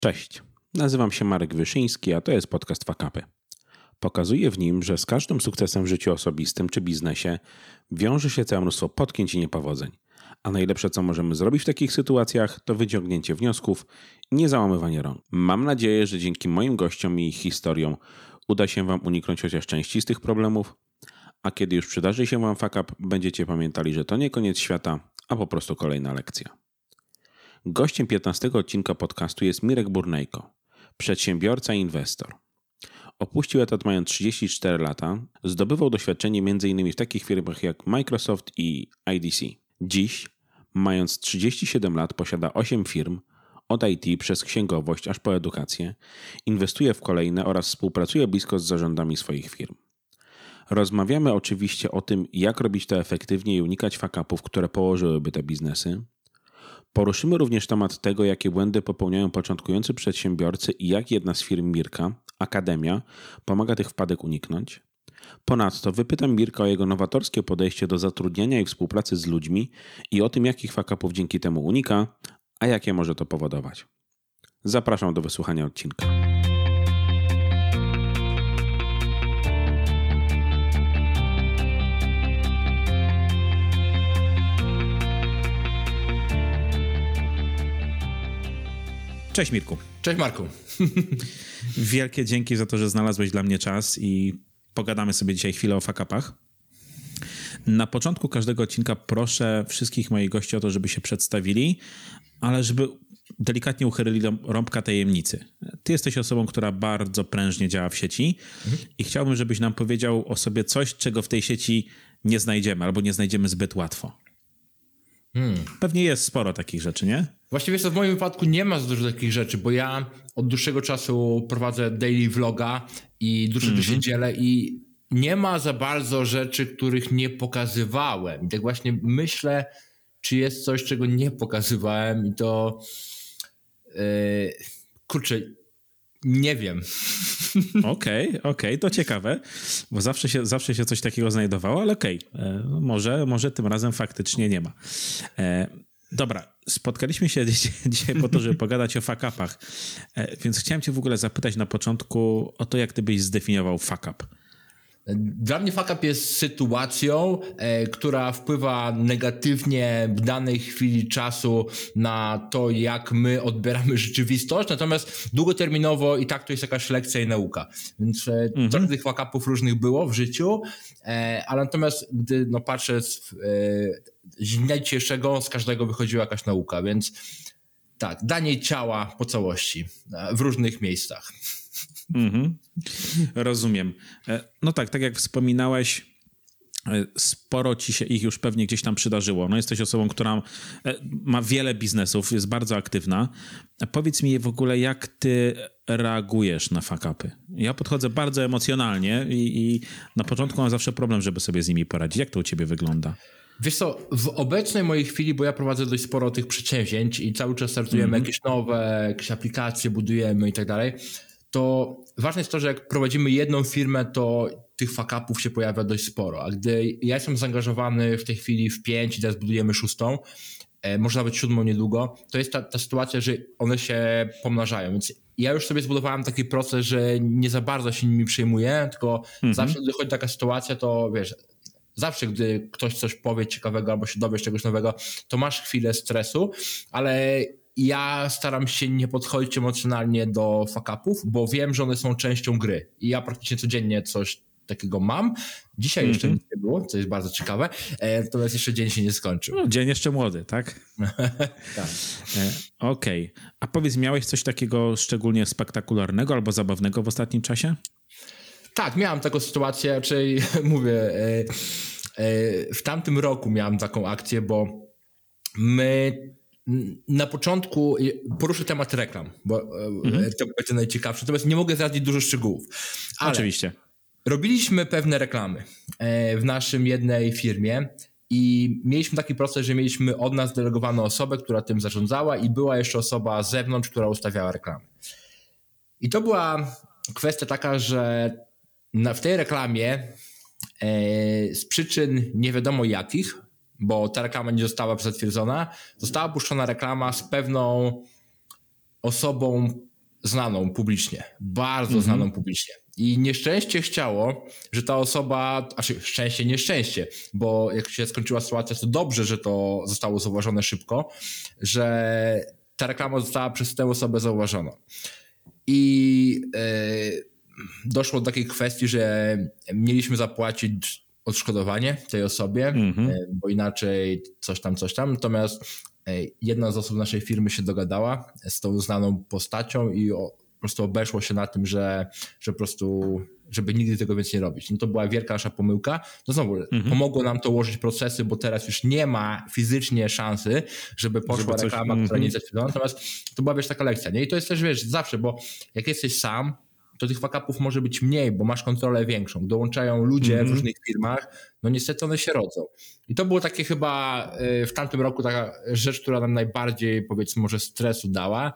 Cześć, nazywam się Marek Wyszyński, a to jest podcast Fakapy. Pokazuję w nim, że z każdym sukcesem w życiu osobistym czy biznesie wiąże się całe mnóstwo potknięć i niepowodzeń. A najlepsze, co możemy zrobić w takich sytuacjach, to wyciągnięcie wniosków i nie załamywanie rąk. Mam nadzieję, że dzięki moim gościom i ich historiom uda się Wam uniknąć chociaż części z tych problemów, a kiedy już przydarzy się Wam fuck up, będziecie pamiętali, że to nie koniec świata, a po prostu kolejna lekcja. Gościem 15 odcinka podcastu jest Mirek Burnejko, przedsiębiorca i inwestor. Opuścił etat mając 34 lata, zdobywał doświadczenie m.in. w takich firmach jak Microsoft i IDC. Dziś, mając 37 lat, posiada 8 firm, od IT przez księgowość aż po edukację, inwestuje w kolejne oraz współpracuje blisko z zarządami swoich firm. Rozmawiamy oczywiście o tym, jak robić to efektywnie i unikać fuck-upów, które położyłyby te biznesy. Poruszymy również temat tego, jakie błędy popełniają początkujący przedsiębiorcy i jak jedna z firm Mirka, Akademia, pomaga tych wpadek uniknąć. Ponadto wypytam Mirka o jego nowatorskie podejście do zatrudniania i współpracy z ludźmi i o tym, jakich fuck-upów dzięki temu unika, a jakie może to powodować. Zapraszam do wysłuchania odcinka. Cześć Mirku. Cześć Marku. Wielkie dzięki za to, że znalazłeś dla mnie czas i pogadamy sobie dzisiaj chwilę o fuck-upach. Na początku każdego odcinka proszę wszystkich moich gości o to, żeby się przedstawili, ale żeby delikatnie uchylili rąbka tajemnicy. Ty jesteś osobą, która bardzo prężnie działa w sieci i chciałbym, żebyś nam powiedział o sobie coś, czego w tej sieci nie znajdziemy albo nie znajdziemy zbyt łatwo. Pewnie jest sporo takich rzeczy, nie? Właściwie w moim wypadku nie ma za dużo takich rzeczy, bo ja od dłuższego czasu prowadzę daily vloga i dużo się dzielę i nie ma za bardzo rzeczy, których nie pokazywałem. I tak właśnie myślę, czy jest coś, czego nie pokazywałem i to nie wiem. Okej, to ciekawe, bo zawsze się coś takiego znajdowało, ale może tym razem faktycznie nie ma. Dobra, spotkaliśmy się dzisiaj po to, żeby pogadać o fuck-upach, więc chciałem cię w ogóle zapytać na początku o to, jak ty byś zdefiniował fuck-up. Dla mnie fuck up jest sytuacją, która wpływa negatywnie w danej chwili czasu na to, jak my odbieramy rzeczywistość, natomiast długoterminowo i tak to jest jakaś lekcja i nauka. Więc trochę tych fuck upów różnych było w życiu, ale natomiast gdy patrzę z dnia dzisiejszego, z każdego wychodziła jakaś nauka, więc tak, danie ciała po całości w różnych miejscach. Rozumiem. No tak jak wspominałeś, sporo ci się ich już pewnie gdzieś tam przydarzyło. No jesteś osobą, która ma wiele biznesów, jest bardzo aktywna. Powiedz mi w ogóle, jak ty reagujesz na fuck-upy? Ja podchodzę bardzo emocjonalnie i na początku mam zawsze problem, żeby sobie z nimi poradzić. Jak to u ciebie wygląda? Wiesz co, w obecnej mojej chwili, bo ja prowadzę dość sporo tych przedsięwzięć i cały czas startujemy jakieś nowe, jakieś aplikacje budujemy i tak dalej, to ważne jest to, że jak prowadzimy jedną firmę, to tych fuck-upów się pojawia dość sporo. A gdy ja jestem zaangażowany w tej chwili w 5 i teraz budujemy 6, może nawet 7 niedługo, to jest ta sytuacja, że one się pomnażają. Więc ja już sobie zbudowałem taki proces, że nie za bardzo się nimi przejmuję, tylko zawsze gdy dochodzi taka sytuacja, to wiesz, zawsze gdy ktoś coś powie ciekawego albo się dowiesz czegoś nowego, to masz chwilę stresu, ale ja staram się nie podchodzić emocjonalnie do fuck-upów, bo wiem, że one są częścią gry i ja praktycznie codziennie coś takiego mam. Dzisiaj jeszcze nic nie było, co jest bardzo ciekawe, natomiast jeszcze dzień się nie skończył. No, dzień jeszcze młody, tak? Tak. Okej. A powiedz, miałeś coś takiego szczególnie spektakularnego albo zabawnego w ostatnim czasie? Tak, miałem taką sytuację, czyli mówię, w tamtym roku miałem taką akcję, bo my na początku poruszę temat reklam, bo to będzie najciekawsze, natomiast nie mogę zdradzić dużo szczegółów. Ale oczywiście. Robiliśmy pewne reklamy w naszym jednej firmie i mieliśmy taki proces, że mieliśmy od nas delegowaną osobę, która tym zarządzała i była jeszcze osoba z zewnątrz, która ustawiała reklamy. I to była kwestia taka, że w tej reklamie z przyczyn nie wiadomo jakich, bo ta reklama nie została zatwierdzona, została puszczona reklama z pewną osobą znaną publicznie, bardzo znaną publicznie. I nieszczęście chciało, że ta osoba, szczęście, nieszczęście, bo jak się skończyła sytuacja, to dobrze, że to zostało zauważone szybko, że ta reklama została przez tę osobę zauważona. I doszło do takiej kwestii, że mieliśmy zapłacić odszkodowanie tej osobie, bo inaczej coś tam. Natomiast jedna z osób naszej firmy się dogadała z tą znaną postacią i po prostu obeszło się na tym, że po prostu, żeby nigdy tego więcej nie robić. No to była wielka nasza pomyłka. No znowu, pomogło nam to ułożyć procesy, bo teraz już nie ma fizycznie szansy, żeby poszła reklama, która nie jest zatwierdzona. Natomiast to była, taka lekcja, nie? I to jest też, zawsze, bo jak jesteś sam, to tych fuck-upów może być mniej, bo masz kontrolę większą. Dołączają ludzie w różnych firmach, no niestety one się rodzą. I to było takie chyba w tamtym roku taka rzecz, która nam najbardziej, powiedzmy, może stresu dała.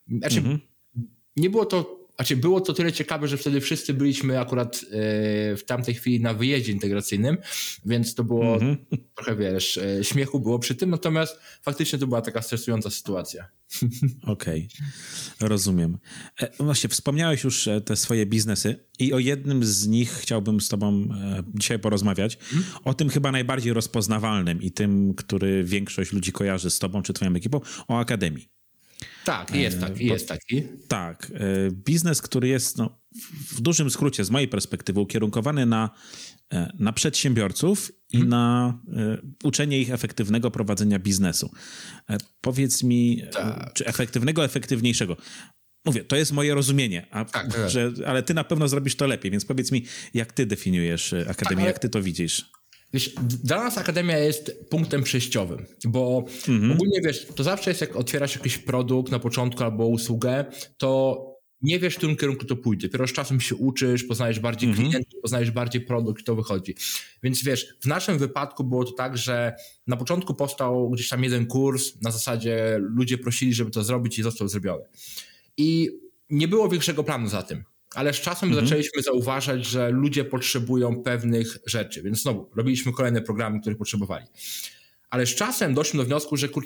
Nie było to, było to tyle ciekawe, że wtedy wszyscy byliśmy akurat w tamtej chwili na wyjeździe integracyjnym, więc to było trochę, śmiechu było przy tym, natomiast faktycznie to była taka stresująca sytuacja. Okej, rozumiem. Właśnie wspomniałeś już te swoje biznesy i o jednym z nich chciałbym z tobą dzisiaj porozmawiać. O tym chyba najbardziej rozpoznawalnym i tym, który większość ludzi kojarzy z tobą czy twoją ekipą, o Akademii. Tak, jest taki. Tak, biznes, który jest w dużym skrócie z mojej perspektywy ukierunkowany na przedsiębiorców i na uczenie ich efektywnego prowadzenia biznesu. Powiedz mi, czy efektywniejszego. Mówię, to jest moje rozumienie, ale ty na pewno zrobisz to lepiej, więc powiedz mi, jak ty definiujesz Akademię, jak ty to widzisz? Wiesz, dla nas Akademia jest punktem przejściowym, bo ogólnie to zawsze jest, jak otwierasz jakiś produkt na początku albo usługę, to nie wiesz, w którym kierunku to pójdzie. Dopiero z czasem się uczysz, poznajesz bardziej klientów, poznajesz bardziej produkt i to wychodzi. Więc w naszym wypadku było to tak, że na początku powstał gdzieś tam jeden kurs, na zasadzie ludzie prosili, żeby to zrobić i został zrobiony. I nie było większego planu za tym. Ale z czasem zaczęliśmy zauważać, że ludzie potrzebują pewnych rzeczy, więc znowu robiliśmy kolejne programy, których potrzebowali. Ale z czasem doszliśmy do wniosku, że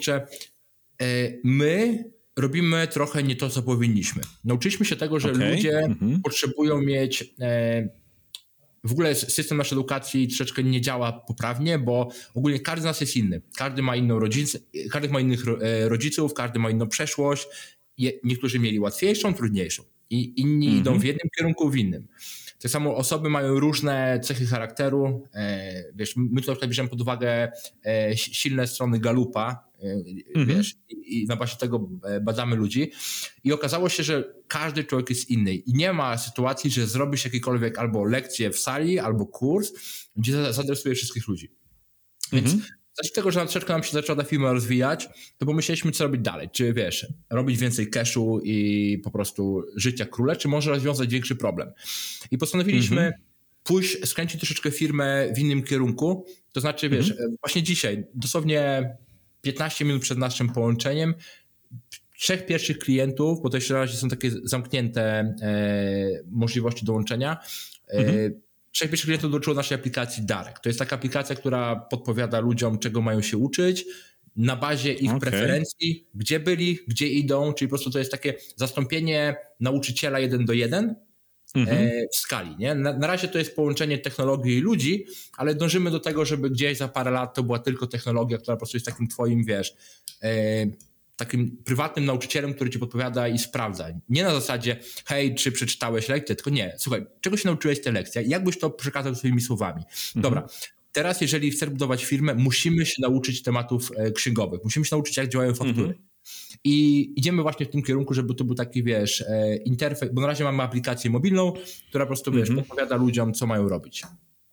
my robimy trochę nie to, co powinniśmy. Nauczyliśmy się tego, że ludzie potrzebują mieć... W ogóle system naszej edukacji troszeczkę nie działa poprawnie, bo ogólnie każdy z nas jest inny. Każdy ma innych rodziców, każdy ma inną przeszłość. Niektórzy mieli łatwiejszą, trudniejszą. I inni idą w jednym kierunku, w innym. Tak samo osoby mają różne cechy charakteru. My tutaj bierzemy pod uwagę silne strony Galupa, i na bazie tego badamy ludzi. I okazało się, że każdy człowiek jest inny. I nie ma sytuacji, że zrobisz jakiekolwiek albo lekcję w sali, albo kurs, gdzie zadresuje wszystkich ludzi. Więc z tego, że troszeczkę nam się zaczęła ta firma rozwijać, to pomyśleliśmy, co robić dalej. Czy robić więcej cashu i po prostu żyć jak króle, czy może rozwiązać większy problem. I postanowiliśmy skręcić troszeczkę firmę w innym kierunku. To znaczy, właśnie dzisiaj, dosłownie 15 minut przed naszym połączeniem, 3 pierwszych klientów, bo to jeszcze na razie są takie zamknięte możliwości dołączenia, 3 pierwszych klientów dołączyło naszej aplikacji Darek. To jest taka aplikacja, która podpowiada ludziom, czego mają się uczyć na bazie ich preferencji, gdzie byli, gdzie idą, czyli po prostu to jest takie zastąpienie nauczyciela 1:1 w skali. Nie? Na razie to jest połączenie technologii i ludzi, ale dążymy do tego, żeby gdzieś za parę lat to była tylko technologia, która po prostu jest takim twoim, takim prywatnym nauczycielem, który ci podpowiada i sprawdza. Nie na zasadzie, hej, czy przeczytałeś lekcję, tylko nie, słuchaj, czego się nauczyłeś tę lekcję? Jak byś to przekazał swoimi słowami? Dobra, teraz jeżeli chcesz budować firmę, musimy się nauczyć tematów księgowych, musimy się nauczyć, jak działają faktury. I idziemy właśnie w tym kierunku, żeby to był taki, interfejs, bo na razie mamy aplikację mobilną, która po prostu, podpowiada ludziom, co mają robić.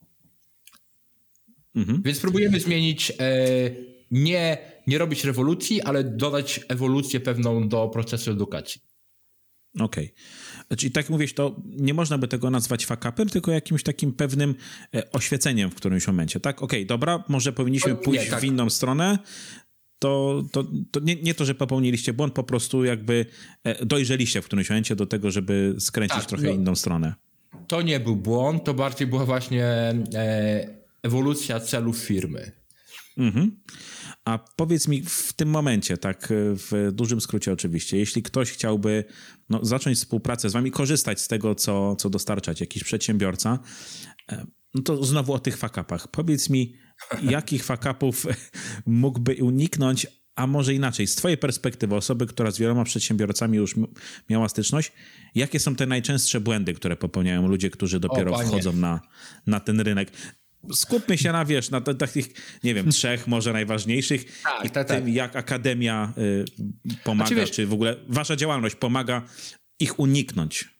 Więc próbujemy zmienić, nie robić rewolucji, ale dodać ewolucję pewną do procesu edukacji. Okej. Czyli tak jak mówisz, to nie można by tego nazwać fuck-upem, tylko jakimś takim pewnym oświeceniem w którymś momencie, tak? Dobra, może powinniśmy pójść w inną stronę, to nie to, że popełniliście błąd, po prostu jakby dojrzeliście w którymś momencie do tego, żeby skręcić trochę inną stronę. To nie był błąd, to bardziej była właśnie ewolucja celów firmy. A powiedz mi w tym momencie, tak w dużym skrócie oczywiście, jeśli ktoś chciałby zacząć współpracę z wami, korzystać z tego, co dostarczać, jakiś przedsiębiorca, no to znowu o tych fuck-upach. Powiedz mi, jakich fuck-upów mógłby uniknąć, a może inaczej, z twojej perspektywy, osoby, która z wieloma przedsiębiorcami już miała styczność, jakie są te najczęstsze błędy, które popełniają ludzie, którzy dopiero wchodzą na ten rynek? Skupmy się na takich, nie wiem, 3 może najważniejszych tym, jak Akademia pomaga, czy w ogóle wasza działalność pomaga ich uniknąć.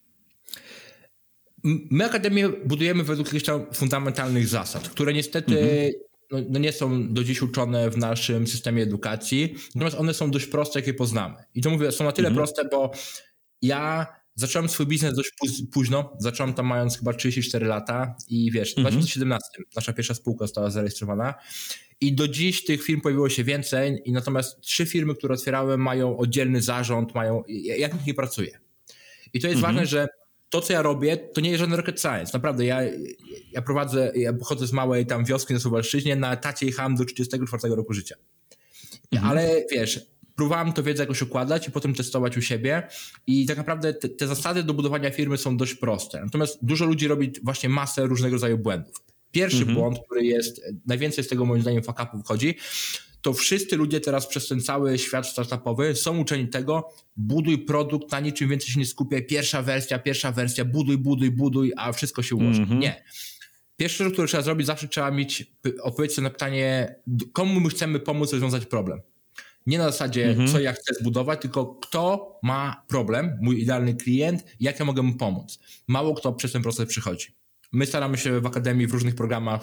My Akademię budujemy według jakichś tam fundamentalnych zasad, które niestety nie są do dziś uczone w naszym systemie edukacji, natomiast one są dość proste, jak je poznamy. I to mówię, są na tyle proste, bo ja zacząłem swój biznes dość późno, zacząłem tam mając chyba 34 lata i wiesz, w 2017 nasza pierwsza spółka została zarejestrowana i do dziś tych firm pojawiło się więcej i natomiast 3 firmy, które otwierałem, mają oddzielny zarząd, ja w nich nie pracuję. I to jest ważne, że to, co ja robię, to nie jest żaden rocket science. Naprawdę, ja pochodzę z małej tam wioski na Suwalszczyźnie, na etacie jechałem do 34 roku życia. Ale wiesz, próbowałem to wiedzę jakoś układać i potem testować u siebie i tak naprawdę te zasady do budowania firmy są dość proste. Natomiast dużo ludzi robi właśnie masę różnego rodzaju błędów. Pierwszy błąd, który jest, najwięcej z tego moim zdaniem fuck-upów wchodzi, to wszyscy ludzie teraz przez ten cały świat startupowy są uczeni tego, buduj produkt, na niczym więcej się nie skupiaj, pierwsza wersja, buduj, a wszystko się ułoży. Nie. Pierwsze rzecz, którą trzeba zrobić, zawsze trzeba mieć odpowiedź na pytanie, komu my chcemy pomóc rozwiązać problem. Nie na zasadzie, co ja chcę zbudować, tylko kto ma problem, mój idealny klient, jak ja mogę mu pomóc. Mało kto przez ten proces przychodzi. My staramy się w Akademii w różnych programach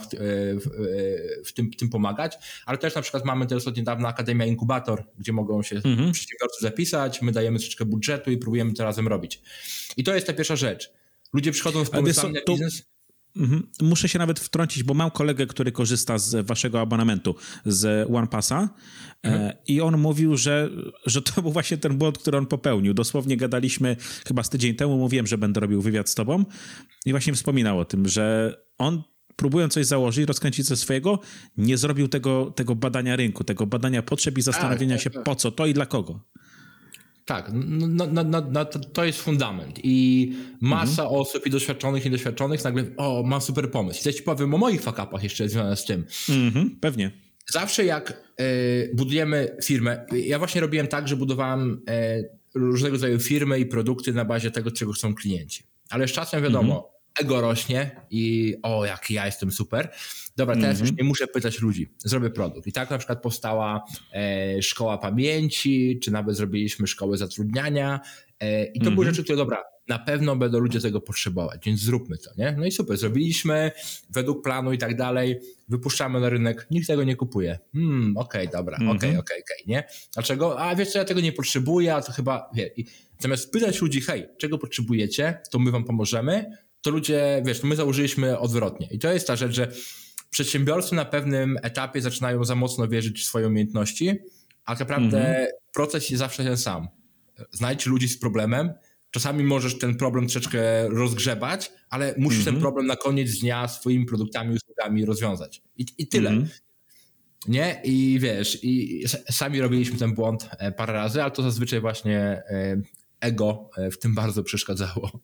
w tym pomagać, ale też na przykład mamy teraz od niedawna Akademia Inkubator, gdzie mogą się przedsiębiorcy zapisać, my dajemy troszeczkę budżetu i próbujemy to razem robić. I to jest ta pierwsza rzecz. Ludzie przychodzą z pomysłami na biznes. Muszę się nawet wtrącić, bo mam kolegę, który korzysta z waszego abonamentu, z OnePassa i on mówił, że to był właśnie ten błąd, który on popełnił. Dosłownie gadaliśmy chyba z tydzień temu, mówiłem, że będę robił wywiad z tobą i właśnie wspominał o tym, że on próbując coś założyć, rozkręcić coś swojego, nie zrobił tego badania rynku, tego badania potrzeb i zastanowienia się po co to i dla kogo. Tak, to jest fundament i masa osób i doświadczonych, i niedoświadczonych nagle, mam super pomysł. I ja ci powiem o moich fuck-upach jeszcze związane z tym. Pewnie. Zawsze jak budujemy firmę, ja właśnie robiłem tak, że budowałem różnego rodzaju firmy i produkty na bazie tego, czego chcą klienci. Ale z czasem wiadomo, ego rośnie i jaki ja jestem super. Dobra, teraz już nie muszę pytać ludzi, zrobię produkt. I tak na przykład powstała szkoła pamięci, czy nawet zrobiliśmy szkołę zatrudniania i to były rzeczy, które dobra, na pewno będą ludzie tego potrzebować, więc zróbmy to, nie? No i super, zrobiliśmy według planu i tak dalej, wypuszczamy na rynek, nikt tego nie kupuje. Okej, dobra, okej, nie? Dlaczego? A wiesz co, ja tego nie potrzebuję, a to chyba, zamiast pytać ludzi, hej, czego potrzebujecie, to my wam pomożemy, to ludzie, to my założyliśmy odwrotnie. I to jest ta rzecz, że przedsiębiorcy na pewnym etapie zaczynają za mocno wierzyć w swoje umiejętności, a tak naprawdę proces jest zawsze ten sam. Znajdź ludzi z problemem, czasami możesz ten problem troszeczkę rozgrzebać, ale musisz ten problem na koniec dnia swoimi produktami, usługami rozwiązać. I tyle. Nie? I i sami robiliśmy ten błąd parę razy, ale to zazwyczaj właśnie ego w tym bardzo przeszkadzało.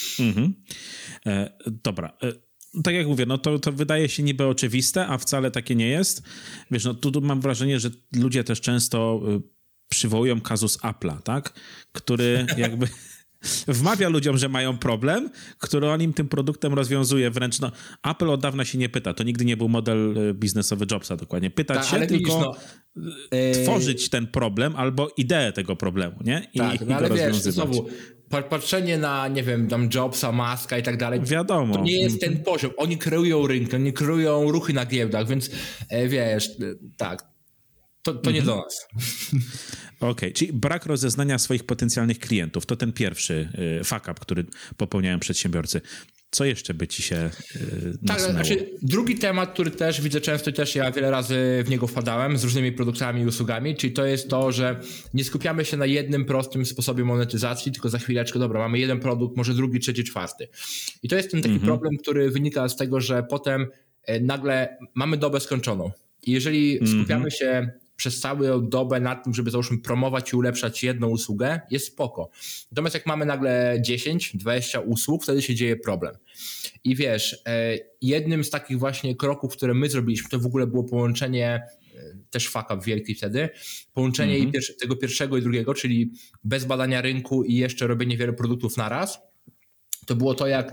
Dobra. Tak jak mówię, to wydaje się niby oczywiste, a wcale takie nie jest. Tu mam wrażenie, że ludzie też często przywołują kazus Apple'a, tak? Który jakby wmawia ludziom, że mają problem, który on im tym produktem rozwiązuje. Wręcz Apple od dawna się nie pyta. To nigdy nie był model biznesowy Jobsa dokładnie. Pytać się, tylko tworzyć ten problem albo ideę tego problemu, nie? I ale znowu patrzenie na, nie wiem, tam Jobsa, Muska i tak dalej. Wiadomo. To nie jest ten poziom. Oni kreują rynek, oni kreują ruchy na giełdach, więc to nie do nas. Okej, czyli brak rozeznania swoich potencjalnych klientów. To ten pierwszy fuck up, który popełniają przedsiębiorcy. Co jeszcze by ci się nasunęło? Drugi temat, który też widzę często i też ja wiele razy w niego wpadałem z różnymi produktami i usługami, czyli to jest to, że nie skupiamy się na jednym prostym sposobie monetyzacji, tylko za chwileczkę, dobra, mamy jeden produkt, może drugi, trzeci, czwarty. I to jest ten taki problem, który wynika z tego, że potem nagle mamy dobę skończoną. I jeżeli skupiamy się przez całą dobę na tym, żeby załóżmy promować i ulepszać jedną usługę, jest spoko. Natomiast jak mamy nagle 10, 20 usług, wtedy się dzieje problem. I wiesz, jednym z takich właśnie kroków, które my zrobiliśmy, to w ogóle było połączenie, też fuck up wielki wtedy, połączenie tego pierwszego i drugiego, czyli bez badania rynku i jeszcze robienie wielu produktów naraz. To było to, jak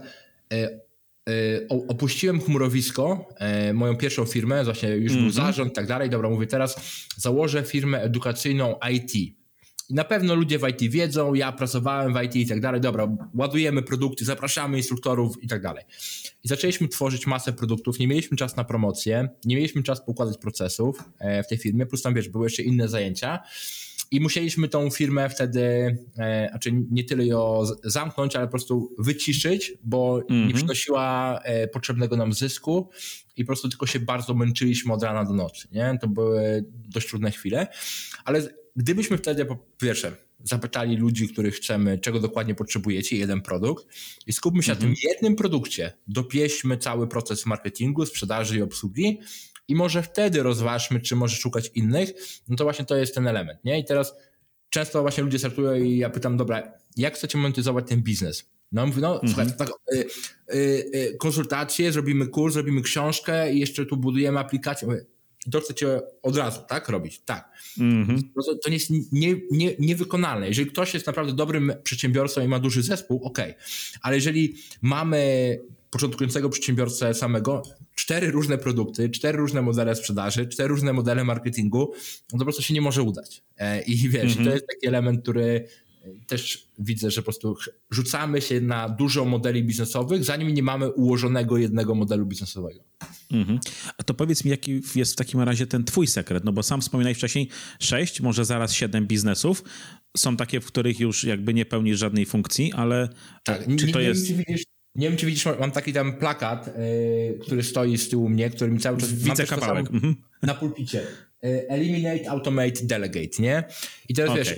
opuściłem chmurowisko, moją pierwszą firmę, właśnie już był zarząd i tak dalej. Dobra, mówię, teraz założę firmę edukacyjną IT. I na pewno ludzie w IT wiedzą, ja pracowałem w IT i tak dalej. Dobra, ładujemy produkty, zapraszamy instruktorów i tak dalej. I zaczęliśmy tworzyć masę produktów, nie mieliśmy czasu na promocję, nie mieliśmy czasu układać procesów w tej firmie, plus tam wiesz, były jeszcze inne zajęcia. I musieliśmy tą firmę wtedy, znaczy nie tyle ją zamknąć, ale po prostu wyciszyć, bo nie przynosiła potrzebnego nam zysku i po prostu tylko się bardzo męczyliśmy od rana do nocy. Nie? To były dość trudne chwile, ale gdybyśmy wtedy po pierwsze zapytali ludzi, których chcemy, czego dokładnie potrzebujecie, jeden produkt i skupmy się na tym jednym produkcie, dopieśmy cały proces marketingu, sprzedaży i obsługi, i może wtedy rozważmy, czy może szukać innych, no to właśnie to jest ten element, nie? I teraz często właśnie ludzie startują i ja pytam, dobra, jak chcecie monetyzować ten biznes? No mówię, słuchaj, tak, konsultacje, zrobimy kurs, zrobimy książkę i jeszcze tu budujemy aplikację. Mówię, to chcecie od razu, tak, robić? Tak. No to jest niewykonalne. Jeżeli ktoś jest naprawdę dobrym przedsiębiorcą i ma duży zespół, okej. Ale jeżeli mamy początkującego przedsiębiorcę samego, 4 różne produkty, 4 różne modele sprzedaży, 4 różne modele marketingu, no to po prostu się nie może udać. I wiesz, to jest taki element, który też widzę, że po prostu rzucamy się na dużo modeli biznesowych, zanim nie mamy ułożonego jednego modelu biznesowego. A to powiedz mi, jaki jest w takim razie ten twój sekret, no bo sam wspominałeś wcześniej 6, może zaraz 7 biznesów. Są takie, w których już jakby nie pełnisz żadnej funkcji, ale tak, czy to jest... Nie wiem, czy widzisz, mam taki tam plakat, który stoi z tyłu mnie, który mi cały czas... Widzę kawałek. Na pulpicie. Eliminate, automate, delegate, nie? I teraz wiesz,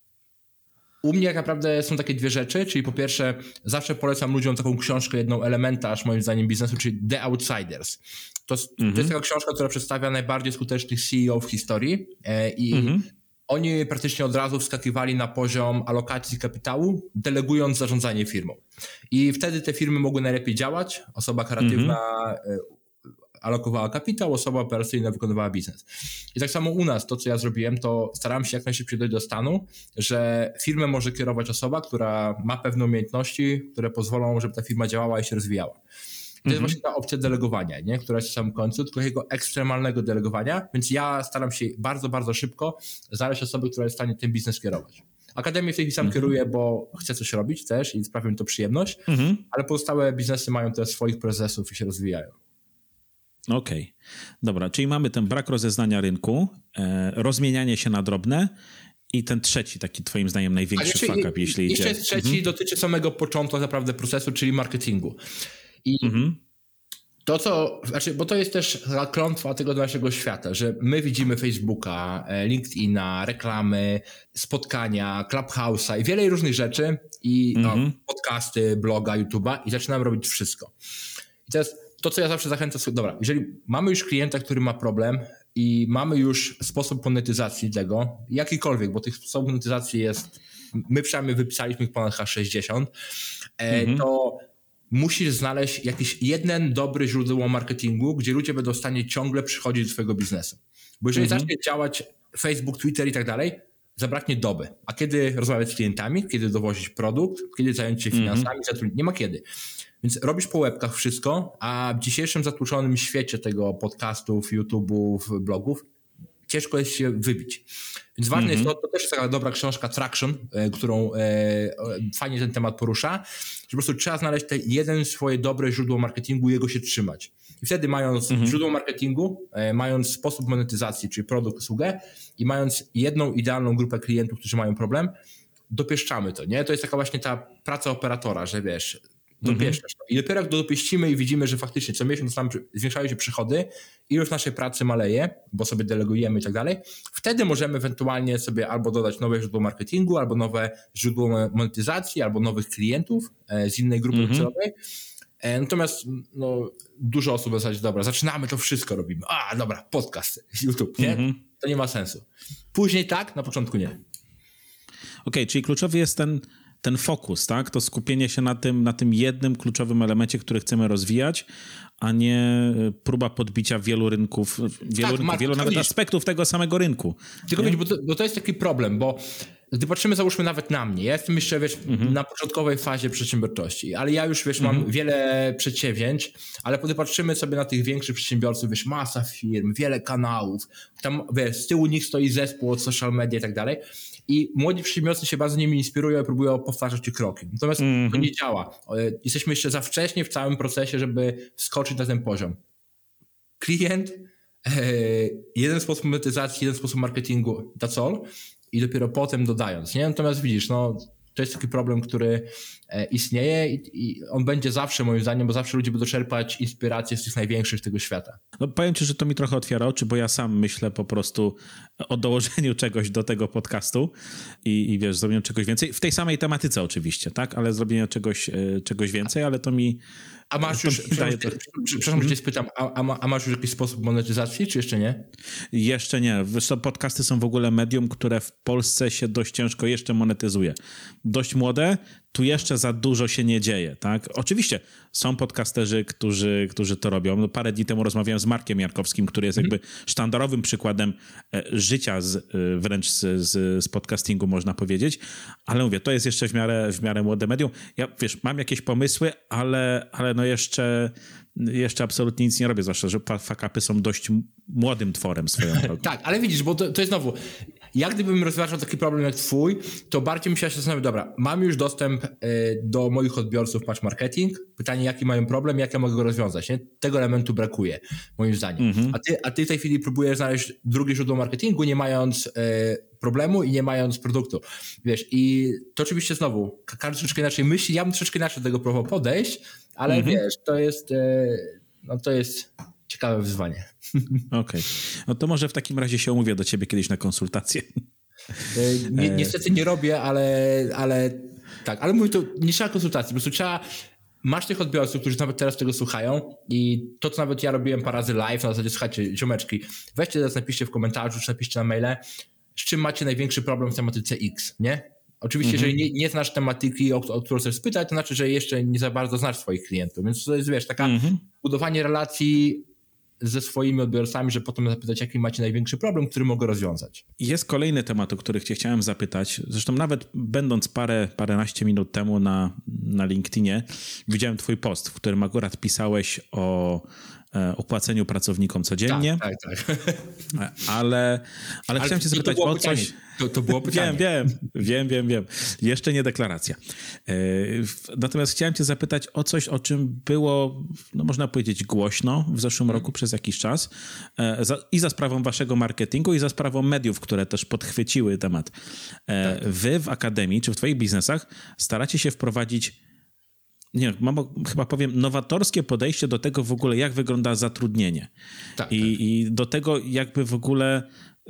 u mnie tak naprawdę są takie 2 rzeczy, czyli po pierwsze zawsze polecam ludziom taką książkę, jedną elementarz moim zdaniem biznesu, czyli The Outsiders. To jest taka książka, która przedstawia najbardziej skutecznych CEO w historii i oni praktycznie od razu wskakiwali na poziom alokacji kapitału, delegując zarządzanie firmą. I wtedy te firmy mogły najlepiej działać. Osoba kreatywna alokowała kapitał, osoba operacyjna wykonywała biznes. I tak samo u nas, to co ja zrobiłem, to starałem się jak najszybciej dojść do stanu, że firmę może kierować osoba, która ma pewne umiejętności, które pozwolą, żeby ta firma działała i się rozwijała. To jest właśnie ta opcja delegowania, nie? Która jest w samym końcu, tylko takiego ekstremalnego delegowania, więc ja staram się bardzo, bardzo szybko znaleźć osobę, która jest w stanie ten biznes kierować. Akademię w tej chwili sam kieruję, bo chcę coś robić też i sprawia mi to przyjemność, ale pozostałe biznesy mają też swoich prezesów i się rozwijają. Okej. Dobra, czyli mamy ten brak rozeznania rynku, rozmienianie się na drobne i ten trzeci taki twoim zdaniem największy fuck up, jeśli idzie... Jeszcze jest trzeci, dotyczy samego początku naprawdę procesu, czyli marketingu. I to co, znaczy, bo to jest też klątwa tego naszego świata, że my widzimy Facebooka, LinkedIna, reklamy, spotkania, Clubhouse'a i wiele różnych rzeczy i podcasty, bloga, YouTube'a i zaczynamy robić wszystko. I teraz to, co ja zawsze zachęcam, dobra, jeżeli mamy już klienta, który ma problem i mamy już sposób monetyzacji tego, jakikolwiek, bo tych sposobów monetyzacji jest, my przynajmniej wypisaliśmy ich ponad 60, to musisz znaleźć jakiś jeden dobry źródło marketingu, gdzie ludzie będą w stanie ciągle przychodzić do twojego biznesu. Bo jeżeli zacznie działać Facebook, Twitter i tak dalej, zabraknie doby. A kiedy rozmawiać z klientami, kiedy dowozić produkt, kiedy zająć się finansami, nie ma kiedy. Więc robisz po łebkach wszystko, a w dzisiejszym zatłoczonym świecie tego podcastów, YouTube'ów, blogów ciężko jest się wybić. Więc ważne jest to też jest taka dobra książka Traction, którą fajnie ten temat porusza, że po prostu trzeba znaleźć jeden swoje dobre źródło marketingu i jego się trzymać. I wtedy mając źródło marketingu, mając sposób monetyzacji, czyli produkt, usługę i mając jedną idealną grupę klientów, którzy mają problem, dopieszczamy to, nie? To jest taka właśnie ta praca operatora, że wiesz, dopieszczasz to. I dopiero jak dopieścimy i widzimy, że faktycznie co miesiąc nam zwiększają się przychody, ilość naszej pracy maleje, bo sobie delegujemy i tak dalej, wtedy możemy ewentualnie sobie albo dodać nowe źródło marketingu, albo nowe źródło monetyzacji, albo nowych klientów z innej grupy docelowej. Natomiast dużo osób w zasadzie, dobra, zaczynamy, to wszystko robimy. Dobra, podcast, YouTube, nie? To nie ma sensu. Później tak, na początku nie. Okej, czyli kluczowy jest ten fokus, tak? To skupienie się na tym jednym kluczowym elemencie, który chcemy rozwijać, a nie próba podbicia wielu rynków, wielu nawet aspektów tego samego rynku. Tylko wiesz, bo to jest taki problem, bo gdy patrzymy, załóżmy nawet na mnie, ja jestem jeszcze, na początkowej fazie przedsiębiorczości, ale ja już, mam wiele przedsięwzięć, ale gdy patrzymy sobie na tych większych przedsiębiorców, masa firm, wiele kanałów, tam, z tyłu nich stoi zespół od social media i tak dalej. I młodzi przedsiębiorcy się bardzo nimi inspirują i próbują powtarzać te kroki. Natomiast to nie działa. Jesteśmy jeszcze za wcześnie w całym procesie, żeby wskoczyć na ten poziom. Klient, jeden sposób monetyzacji, jeden sposób marketingu, that's all. I dopiero potem dodając. Nie? Natomiast widzisz, to jest taki problem, który istnieje i on będzie zawsze, moim zdaniem, bo zawsze ludzie będą czerpać inspirację z tych największych tego świata. Powiem ci, że to mi trochę otwiera oczy, bo ja sam myślę po prostu o dołożeniu czegoś do tego podcastu i zrobieniu czegoś więcej. W tej samej tematyce oczywiście, tak? Ale zrobieniu czegoś więcej, ale to mi... A masz już, przepraszam, że cię spytam, a masz już jakiś sposób monetyzacji, czy jeszcze nie? Jeszcze nie. Podcasty są w ogóle medium, które w Polsce się dość ciężko jeszcze monetyzuje. Dość młode, tu jeszcze za dużo się nie dzieje, tak? Oczywiście są podcasterzy, którzy to robią. Parę dni temu rozmawiałem z Markiem Jarkowskim, który jest jakby sztandarowym przykładem życia wręcz z podcastingu, można powiedzieć. Ale mówię, to jest jeszcze w miarę młode medium. Ja, mam jakieś pomysły, ale jeszcze absolutnie nic nie robię, zwłaszcza, że fuck-upy są dość młodym tworem swoją drogą. Tak, ale widzisz, bo to jest znowu, jak gdybym rozważał taki problem jak twój, to bardziej musiał się zastanowić, dobra, mam już dostęp do moich odbiorców Patch Marketing, pytanie jaki mają problem, jak ja mogę go rozwiązać, nie? Tego elementu brakuje, moim zdaniem. A ty w tej chwili próbujesz znaleźć drugie źródło marketingu, nie mając problemu i nie mając produktu. I to oczywiście znowu, każdy troszeczkę inaczej myśli, ja bym troszeczkę inaczej do tego próbował podejść, ale to jest ciekawe wyzwanie. Okej. No to może w takim razie się umówię do ciebie kiedyś na konsultację. Niestety nie robię, ale mówię, to nie trzeba konsultacji, po prostu masz tych odbiorców, którzy nawet teraz tego słuchają i to, co nawet ja robiłem parę razy live, na zasadzie, słuchajcie, ziomeczki, weźcie teraz, napiszcie w komentarzu, czy napiszcie na maile, z czym macie największy problem w tematyce X, nie? Oczywiście, jeżeli nie znasz tematyki, o którą chcesz spytać, to znaczy, że jeszcze nie za bardzo znasz swoich klientów, więc to jest, taka budowanie relacji ze swoimi odbiorcami, że potem zapytać, jaki macie największy problem, który mogę rozwiązać. Jest kolejny temat, o który cię chciałem zapytać. Zresztą nawet będąc paręnaście minut temu na LinkedInie, widziałem twój post, w którym akurat pisałeś o płaceniu pracownikom codziennie. Tak. Ale chciałem cię zapytać o coś... To było pytanie. Wiem. Jeszcze nie deklaracja. Natomiast chciałem cię zapytać o coś, o czym było, można powiedzieć, głośno w zeszłym roku przez jakiś czas. I za sprawą waszego marketingu, i za sprawą mediów, które też podchwyciły temat. Wy w Akademii, czy w twoich biznesach staracie się wprowadzić chyba powiem, nowatorskie podejście do tego w ogóle, jak wygląda zatrudnienie. I do tego jakby w ogóle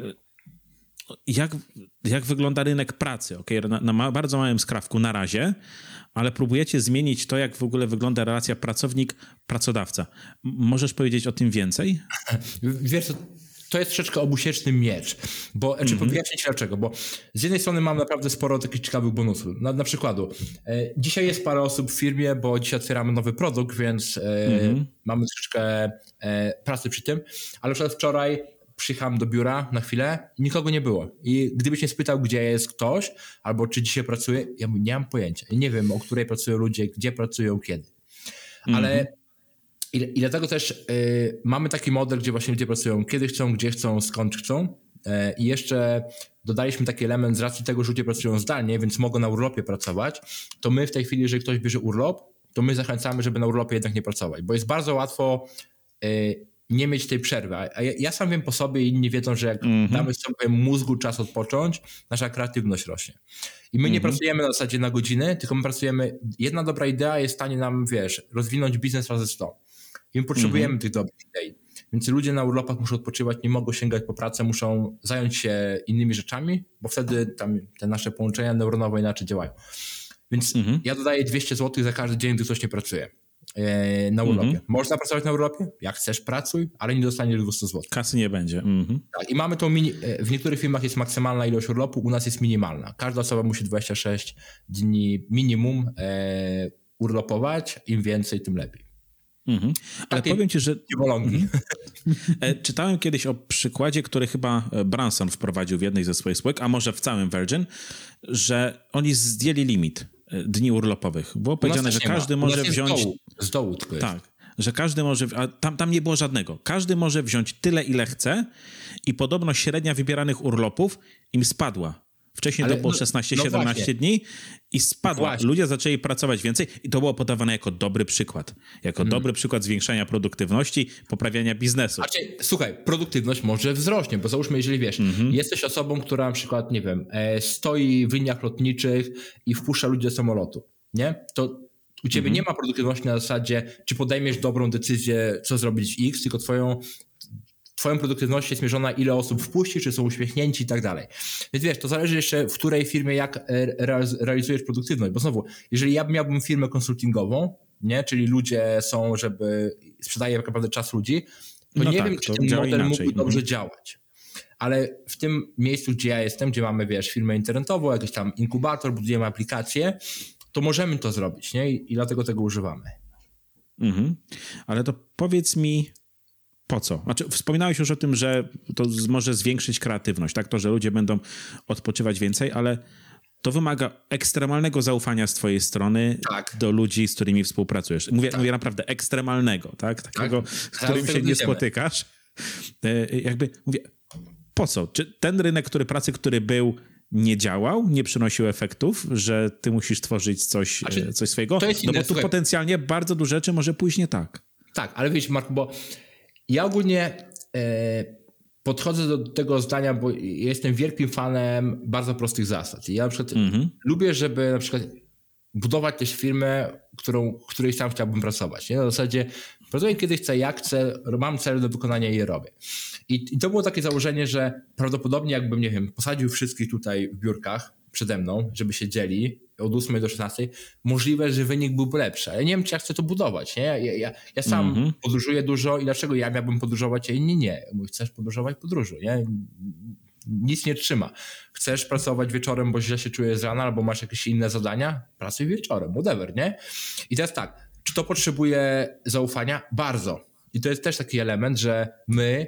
jak wygląda rynek pracy. Na bardzo małym skrawku na razie, ale próbujecie zmienić to, jak w ogóle wygląda relacja pracownik-pracodawca. Możesz powiedzieć o tym więcej? Wiesz co, to jest troszeczkę obusieczny miecz, bo wyjaśnić dlaczego, bo z jednej strony mam naprawdę sporo takich ciekawych bonusów. Na przykładu, dzisiaj jest parę osób w firmie, bo dzisiaj otwieramy nowy produkt, więc mamy troszeczkę pracy przy tym, ale na przykład wczoraj przyjechałem do biura na chwilę i nikogo nie było. I gdybyś mnie spytał, gdzie jest ktoś, albo czy dzisiaj pracuje, ja mówię, nie mam pojęcia. Nie wiem, o której pracują ludzie, gdzie pracują, kiedy. Ale i dlatego też mamy taki model, gdzie właśnie ludzie pracują kiedy chcą, gdzie chcą, skąd chcą. I jeszcze dodaliśmy taki element z racji tego, że ludzie pracują zdalnie, więc mogą na urlopie pracować. To my w tej chwili, jeżeli ktoś bierze urlop, to my zachęcamy, żeby na urlopie jednak nie pracować, bo jest bardzo łatwo nie mieć tej przerwy. A ja sam wiem po sobie i inni wiedzą, że jak damy sobie mózgu czas odpocząć, nasza kreatywność rośnie. I my nie pracujemy na zasadzie na godziny, tylko my pracujemy, jedna dobra idea jest w stanie nam, rozwinąć biznes razy 100. I my potrzebujemy tych dobrych idei. Więc ludzie na urlopach muszą odpoczywać, nie mogą sięgać po pracę, muszą zająć się innymi rzeczami, bo wtedy tam te nasze połączenia neuronowe inaczej działają. Więc ja dodaję 200 zł za każdy dzień, gdy ktoś nie pracuje. na urlopie. Można pracować na urlopie? Jak chcesz, pracuj, ale nie dostaniesz 200 zł. Kasy nie będzie. Tak, i mamy tą w niektórych firmach jest maksymalna ilość urlopu, u nas jest minimalna. Każda osoba musi 26 dni minimum urlopować, im więcej, tym lepiej. Ale powiem ci, że czytałem kiedyś o przykładzie, który chyba Branson wprowadził w jednej ze swoich spółek, a może w całym Virgin, że oni zdjęli limit dni urlopowych. Było powiedziane, że każdy może wziąć... Z dołu tylko jest. Tak, że każdy może... A tam nie było żadnego. Każdy może wziąć tyle, ile chce i podobno średnia wybieranych urlopów im spadła. Wcześniej to było 16-17 dni i spadła. Właśnie. Ludzie zaczęli pracować więcej i to było podawane jako dobry przykład. Jako dobry przykład zwiększania produktywności, poprawiania biznesu. Znaczy, słuchaj, produktywność może wzrośnie, bo załóżmy, jeżeli wiesz, jesteś osobą, która na przykład, nie wiem, stoi w liniach lotniczych i wpuszcza ludzi do samolotu, nie? To u ciebie nie ma produktywności na zasadzie, czy podejmiesz dobrą decyzję, co zrobić X, tylko twoją produktywność jest mierzona, ile osób wpuści, czy są uśmiechnięci i tak dalej. Więc wiesz, to zależy jeszcze w której firmie jak realizujesz produktywność, bo znowu, jeżeli ja miałbym firmę konsultingową, nie, czyli ludzie są, żeby sprzedaję tak naprawdę czas ludzi, to nie wiem, czy ten model mógłby dobrze działać. Ale w tym miejscu, gdzie ja jestem, gdzie mamy, wiesz, firmę internetową, jakiś tam inkubator, budujemy aplikację, to możemy to zrobić, nie? I dlatego tego używamy. Ale to powiedz mi, po co? Znaczy, wspominałeś już o tym, że to może zwiększyć kreatywność, tak? To, że ludzie będą odpoczywać więcej, ale to wymaga ekstremalnego zaufania z twojej strony do ludzi, z którymi współpracujesz. Mówię naprawdę ekstremalnego, tak? Takiego, z którym się nie spotykasz. Jakby mówię, po co? Czy ten rynek pracy, który był, nie działał, nie przynosił efektów, że ty musisz tworzyć coś swojego? No bo tu potencjalnie bardzo dużo rzeczy może pójść nie tak. Tak, ale wiesz, Marku, bo ja ogólnie podchodzę do tego zdania, bo jestem wielkim fanem bardzo prostych zasad. I ja na przykład lubię, żeby na przykład budować też firmę, w której sam chciałbym pracować. Nie? Na zasadzie pracuję kiedy chcę, jak chcę, mam cel do wykonania i je robię. I to było takie założenie, że prawdopodobnie jakbym, nie wiem, posadził wszystkich tutaj w biurkach przede mną, żeby się dzieli od 8 do 16, możliwe, że wynik byłby lepszy. Ale nie wiem, czy ja chcę to budować. Nie? Ja sam podróżuję dużo i dlaczego ja miałbym podróżować, a inni nie. Chcesz podróżować, podróżuj. Nie? Nic nie trzyma. Chcesz pracować wieczorem, bo źle się czujesz z rana, albo masz jakieś inne zadania? Pracuj wieczorem, whatever, nie? I teraz tak, czy to potrzebuje zaufania? Bardzo. I to jest też taki element, że my...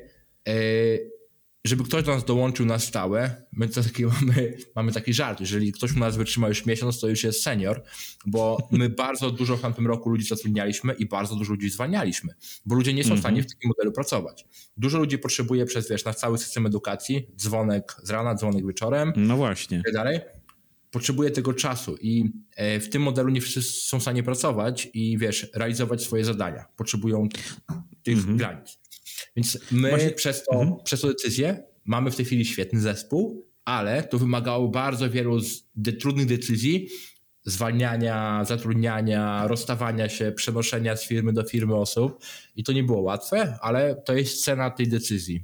żeby ktoś do nas dołączył na stałe, my to mamy taki żart, jeżeli ktoś u nas wytrzyma już miesiąc, to już jest senior, bo my bardzo dużo w tamtym roku ludzi zatrudnialiśmy i bardzo dużo ludzi zwalnialiśmy, bo ludzie nie są w stanie w takim modelu pracować. Dużo ludzi potrzebuje na cały system edukacji, dzwonek z rana, dzwonek wieczorem, no właśnie, i tak dalej. Potrzebuje tego czasu i w tym modelu nie wszyscy są w stanie pracować i realizować swoje zadania. Potrzebują tych granic. Więc my przez tą decyzję mamy w tej chwili świetny zespół, ale to wymagało bardzo wielu trudnych decyzji, zwalniania, zatrudniania, rozstawania się, przenoszenia z firmy do firmy osób i to nie było łatwe, ale to jest cena tej decyzji.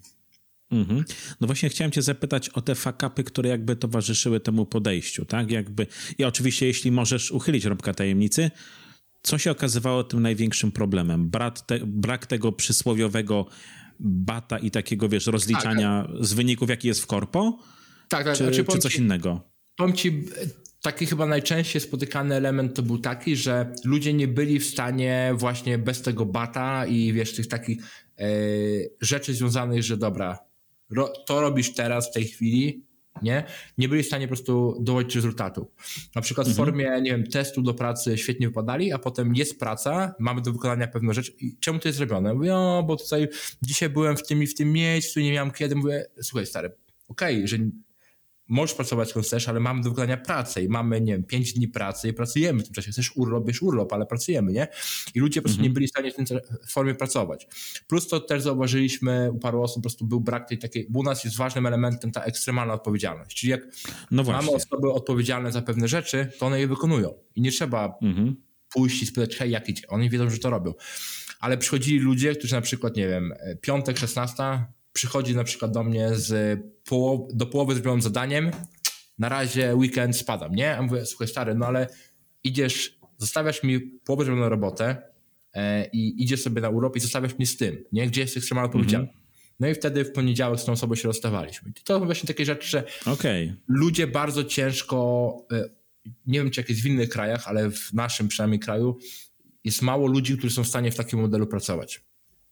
No właśnie chciałem cię zapytać o te fuck-upy, które jakby towarzyszyły temu podejściu, tak? I oczywiście jeśli możesz uchylić rąbka tajemnicy, co się okazywało tym największym problemem? Brak tego przysłowiowego bata i takiego, rozliczania z wyników, jaki jest w korpo? Tak. Czy coś innego? Powiem ci, taki chyba najczęściej spotykany element to był taki, że ludzie nie byli w stanie właśnie bez tego bata i tych takich rzeczy związanych, że dobra, to robisz teraz w tej chwili, nie byli w stanie po prostu dołożyć rezultatu. Na przykład w formie, nie wiem, testu do pracy świetnie wypadali, a potem jest praca, mamy do wykonania pewne rzeczy i czemu to jest zrobione? Mówię, bo tutaj dzisiaj byłem w tym i w tym miejscu, nie miałem kiedy. Mówię, słuchaj stary, okej, że możesz pracować skąd chcesz, ale mamy do wykonania pracę i mamy, nie wiem, 5 dni pracy i pracujemy w tym czasie. Chcesz urlop, bierz urlop, ale pracujemy, nie? I ludzie po prostu nie byli w stanie w tej formie pracować. Plus to też zauważyliśmy u paru osób, po prostu był brak tej takiej, bo u nas jest ważnym elementem ta ekstremalna odpowiedzialność. Czyli jak mamy osoby odpowiedzialne za pewne rzeczy, to one je wykonują. I nie trzeba pójść i spytać, hej, jak idzie? Oni wiedzą, że to robią. Ale przychodzili ludzie, którzy na przykład, nie wiem, piątek, 16, przychodzi na przykład do mnie do połowy zrobionym zadaniem, na razie weekend spadam, nie? A mówię, słuchaj stary, no ale idziesz, zostawiasz mi połowę zrobioną robotę, i idziesz sobie na urlop i zostawiasz mnie z tym, nie? Gdzie jest ekstremalna odpowiedzialność. No i wtedy w poniedziałek z tą osobą się rozstawaliśmy. I to są właśnie takie rzeczy, że ludzie bardzo ciężko, nie wiem czy jak jest w innych krajach, ale w naszym przynajmniej kraju jest mało ludzi, którzy są w stanie w takim modelu pracować.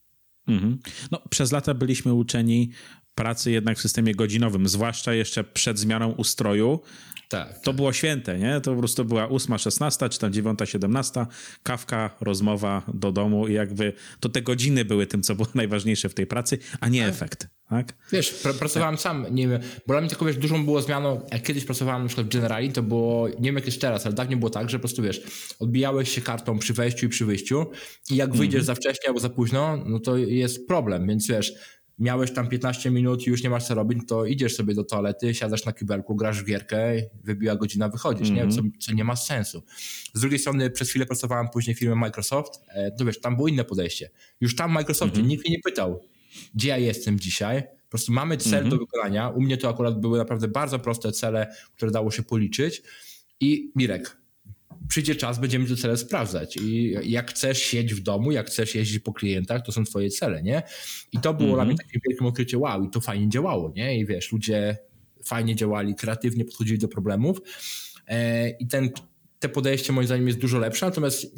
No, przez lata byliśmy uczeni pracy jednak w systemie godzinowym, zwłaszcza jeszcze przed zmianą ustroju. Tak. To było święte, nie? To po prostu była 8:16 czy tam 9:17, kawka, rozmowa do domu i jakby to te godziny były tym, co było najważniejsze w tej pracy, a nie efekt, tak? Wiesz, pracowałem sam, nie wiem, bo dla mnie tylko, wiesz, dużą było zmianą, jak kiedyś pracowałem na przykład w Generali, to było, nie wiem jak jest teraz, ale dawniej było tak, że po prostu, wiesz, odbijałeś się kartą przy wejściu i przy wyjściu i jak wyjdziesz za wcześnie albo za późno, no to jest problem, więc wiesz, miałeś tam 15 minut i już nie masz co robić, to idziesz sobie do toalety, siadasz na kibelku, grasz w gierkę, wybiła godzina, wychodzisz, nie? Co nie ma sensu. Z drugiej strony przez chwilę pracowałem później w firmie Microsoft, to wiesz, tam było inne podejście. Już tam w Microsoftie nikt mnie nie pytał, gdzie ja jestem dzisiaj, po prostu mamy cel do wykonania, u mnie to akurat były naprawdę bardzo proste cele, które dało się policzyć i Mirek, przyjdzie czas, będziemy te cele sprawdzać i jak chcesz siedź w domu, jak chcesz jeździć po klientach, to są twoje cele, nie? I to było dla mnie takie wielkie odkrycie, wow, i to fajnie działało, nie? I wiesz, ludzie fajnie działali, kreatywnie podchodzili do problemów i te podejście moim zdaniem jest dużo lepsze, natomiast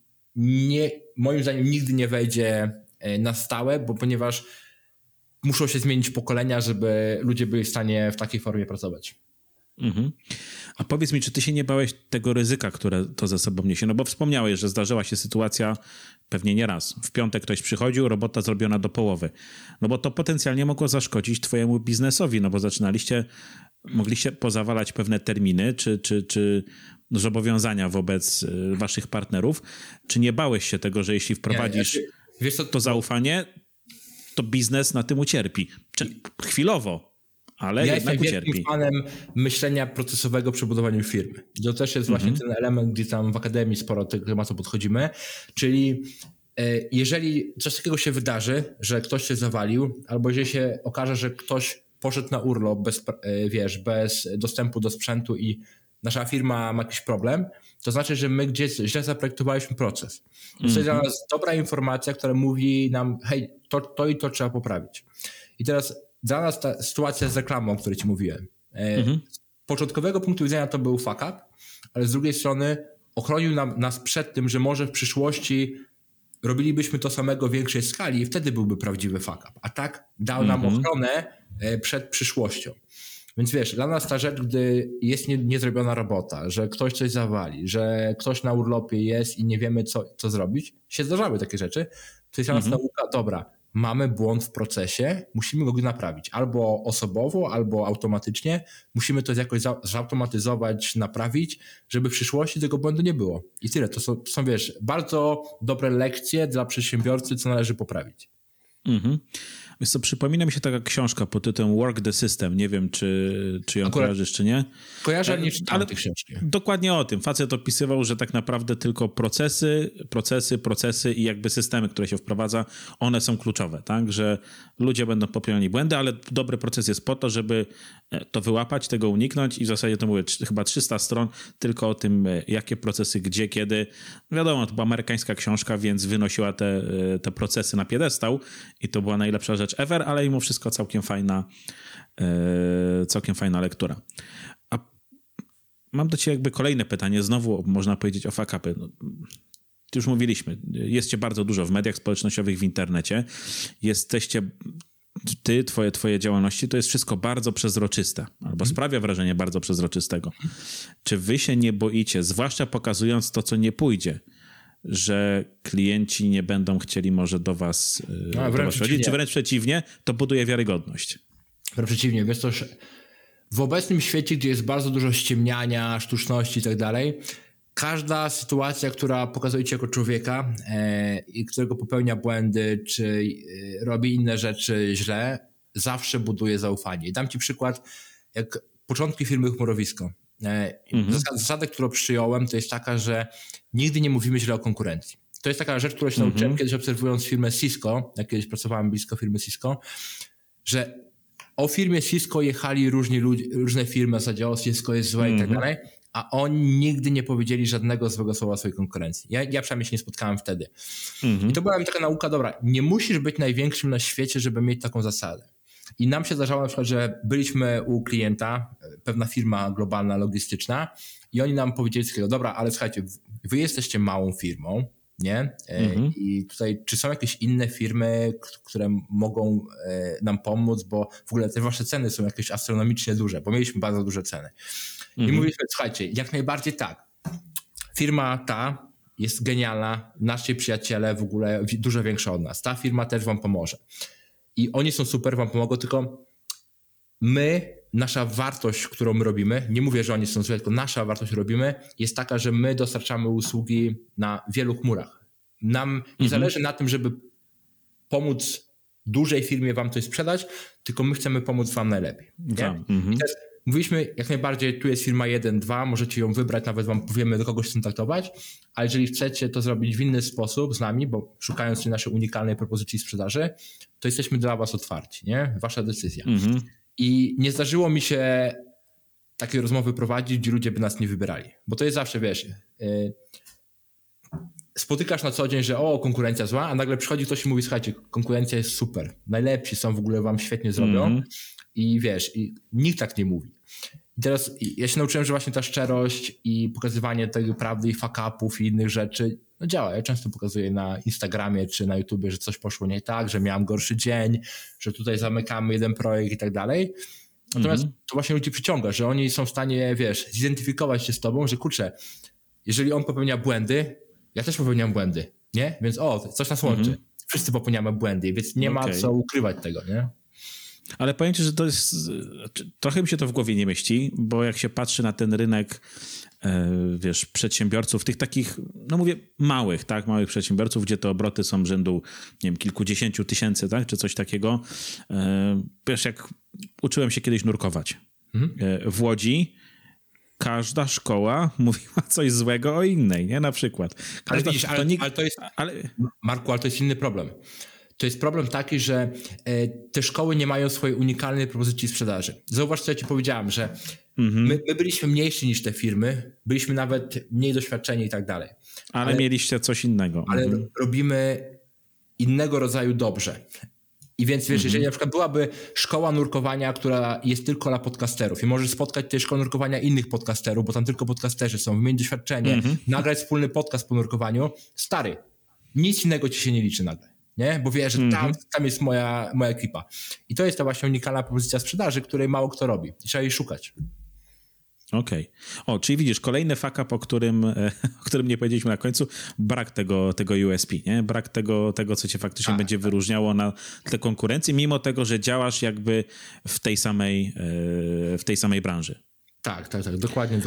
moim zdaniem nigdy nie wejdzie na stałe, ponieważ muszą się zmienić pokolenia, żeby ludzie byli w stanie w takiej formie pracować. A powiedz mi, czy ty się nie bałeś tego ryzyka, które to ze sobą niesie? No bo wspomniałeś, że zdarzyła się sytuacja, pewnie nie raz. W piątek ktoś przychodził, robota zrobiona do połowy. No bo to potencjalnie mogło zaszkodzić twojemu biznesowi, no bo mogliście pozawalać pewne terminy, czy zobowiązania wobec waszych partnerów. Czy nie bałeś się tego, że jeśli wprowadzisz to zaufanie, to biznes na tym ucierpi? Chwilowo. Ale ja jednak jestem wielkim fanem myślenia procesowego przy budowaniu firmy. I to też jest właśnie ten element, gdzie tam w akademii sporo tego tematu podchodzimy. Czyli jeżeli coś takiego się wydarzy, że ktoś się zawalił, albo jeżeli się okaże, że ktoś poszedł na urlop bez dostępu do sprzętu i nasza firma ma jakiś problem, to znaczy, że my gdzieś źle zaprojektowaliśmy proces. To jest dla nas dobra informacja, która mówi nam, hej, to i to trzeba poprawić. I teraz dla nas ta sytuacja z reklamą, o której ci mówiłem. Z początkowego punktu widzenia to był fuck up, ale z drugiej strony ochronił nas przed tym, że może w przyszłości robilibyśmy to samego w większej skali i wtedy byłby prawdziwy fuck up. A tak dał nam ochronę przed przyszłością. Więc wiesz, dla nas ta rzecz, gdy jest niezrobiona robota, że ktoś coś zawali, że ktoś na urlopie jest i nie wiemy co zrobić, się zdarzały takie rzeczy, to jest dla nas nauka, dobra, mamy błąd w procesie, musimy go naprawić. Albo osobowo, albo automatycznie. Musimy to jakoś zautomatyzować, naprawić, żeby w przyszłości tego błędu nie było. I tyle. To są wiesz, bardzo dobre lekcje dla przedsiębiorcy, co należy poprawić. Wiesz co, przypomina mi się taka książka pod tytułem Work the System. Nie wiem, czy ją kojarzysz, czy nie. Kojarzę, ale nie czytałem tej książki. Dokładnie o tym. Facet opisywał, że tak naprawdę tylko procesy i jakby systemy, które się wprowadza, one są kluczowe, tak? Że ludzie będą popełniali błędy, ale dobry proces jest po to, żeby to wyłapać, tego uniknąć i w zasadzie to mówię, chyba 300 stron tylko o tym, jakie procesy, gdzie, kiedy. Wiadomo, to była amerykańska książka, więc wynosiła te procesy na piedestał i to była najlepsza rzecz ever, ale mimo wszystko całkiem fajna lektura. A mam do ciebie jakby kolejne pytanie, znowu można powiedzieć o fuck upy. No, już mówiliśmy, jest cię bardzo dużo w mediach społecznościowych, w internecie. Jesteście, twoje działalności, to jest wszystko bardzo przezroczyste, albo sprawia wrażenie bardzo przezroczystego. Czy wy się nie boicie, zwłaszcza pokazując to, co nie pójdzie, że klienci nie będą chcieli może do was chodzić, czy wręcz przeciwnie, to buduje wiarygodność? Wręcz przeciwnie, wiesz to, w obecnym świecie, gdzie jest bardzo dużo ściemniania, sztuczności i tak dalej, każda sytuacja, która pokazuje cię jako człowieka i którego popełnia błędy, czy robi inne rzeczy źle, zawsze buduje zaufanie. I dam ci przykład, jak początki firmy Chmurowisko. Zasada, którą przyjąłem, to jest taka, że nigdy nie mówimy źle o konkurencji. To jest taka rzecz, którą się nauczyłem kiedyś obserwując firmę Cisco, jak kiedyś pracowałem blisko firmy Cisco, że o firmie Cisco jechali różni ludzie, różne firmy, w zasadzie o Cisco jest złe i tak dalej, a oni nigdy nie powiedzieli żadnego złego słowa o swojej konkurencji. Ja przynajmniej się nie spotkałem wtedy. I to była mi taka nauka, dobra, nie musisz być największym na świecie, żeby mieć taką zasadę. I nam się zdarzało na przykład, że byliśmy u klienta, pewna firma globalna, logistyczna i oni nam powiedzieli takiego, dobra, ale słuchajcie, wy jesteście małą firmą, nie? I tutaj, czy są jakieś inne firmy, które mogą nam pomóc, bo w ogóle te wasze ceny są jakieś astronomicznie duże, bo mieliśmy bardzo duże ceny. I mówiliśmy, słuchajcie, jak najbardziej tak. Firma ta jest genialna, nasi przyjaciele w ogóle dużo większa od nas. Ta firma też wam pomoże. I oni są super, wam pomogą, tylko nasza wartość, którą my robimy, nie mówię, że oni są złe, tylko nasza wartość robimy, jest taka, że my dostarczamy usługi na wielu chmurach. Nam nie zależy na tym, żeby pomóc dużej firmie wam coś sprzedać, tylko my chcemy pomóc wam najlepiej. I teraz mówiliśmy, jak najbardziej, tu jest firma 1, 2, możecie ją wybrać, nawet wam powiemy, do kogo się skontaktować, a jeżeli chcecie to zrobić w inny sposób z nami, bo szukając naszej unikalnej propozycji sprzedaży, to jesteśmy dla was otwarci, nie? Wasza decyzja. I nie zdarzyło mi się takiej rozmowy prowadzić, gdzie ludzie by nas nie wybierali. Bo to jest zawsze, wiesz, spotykasz na co dzień, że konkurencja zła, a nagle przychodzi ktoś i mówi, słuchajcie, konkurencja jest super, najlepsi są, w ogóle wam świetnie zrobią i wiesz, i nikt tak nie mówi. I teraz ja się nauczyłem, że właśnie ta szczerość i pokazywanie tej prawdy i fuck-upów i innych rzeczy działa. Ja często pokazuję na Instagramie czy na YouTubie, że coś poszło nie tak, że miałem gorszy dzień, że tutaj zamykamy jeden projekt i tak dalej. Natomiast to właśnie ludzi przyciąga, że oni są w stanie, wiesz, zidentyfikować się z tobą, że kurczę, jeżeli on popełnia błędy, ja też popełniam błędy, nie? Więc coś nas łączy. Wszyscy popełniamy błędy, więc nie ma co ukrywać tego, nie? Ale powiem ci, że to jest, trochę mi się to w głowie nie mieści, bo jak się patrzy na ten rynek, wiesz, przedsiębiorców, tych takich, no mówię, małych przedsiębiorców, gdzie te obroty są rzędu, nie wiem, kilkudziesięciu tysięcy, tak, czy coś takiego. Wiesz, jak uczyłem się kiedyś nurkować w Łodzi, każda szkoła mówiła coś złego o innej, nie? Na przykład. Ale widzisz, Marku, ale to jest inny problem. To jest problem taki, że te szkoły nie mają swojej unikalnej propozycji sprzedaży. Zauważ, co ja ci powiedziałem, że my byliśmy mniejsi niż te firmy, byliśmy nawet mniej doświadczeni i tak dalej. Ale mieliście coś innego. Ale robimy innego rodzaju dobrze. I więc wiesz, jeżeli na przykład byłaby szkoła nurkowania, która jest tylko dla podcasterów i możesz spotkać tej szkoły nurkowania innych podcasterów, bo tam tylko podcasterzy są, wymienić doświadczenie, nagrać wspólny podcast po nurkowaniu, stary, nic innego ci się nie liczy nagle. Nie? Bo wiesz, że tam jest moja ekipa. I to jest ta właśnie unikalna propozycja sprzedaży, której mało kto robi. I trzeba jej szukać. Okej. Czyli widzisz, kolejny fuck up, o którym nie powiedzieliśmy na końcu, brak tego USP, nie? Brak tego, co cię faktycznie będzie wyróżniało na tle konkurencji, mimo tego, że działasz jakby w tej samej branży. Tak, dokładnie.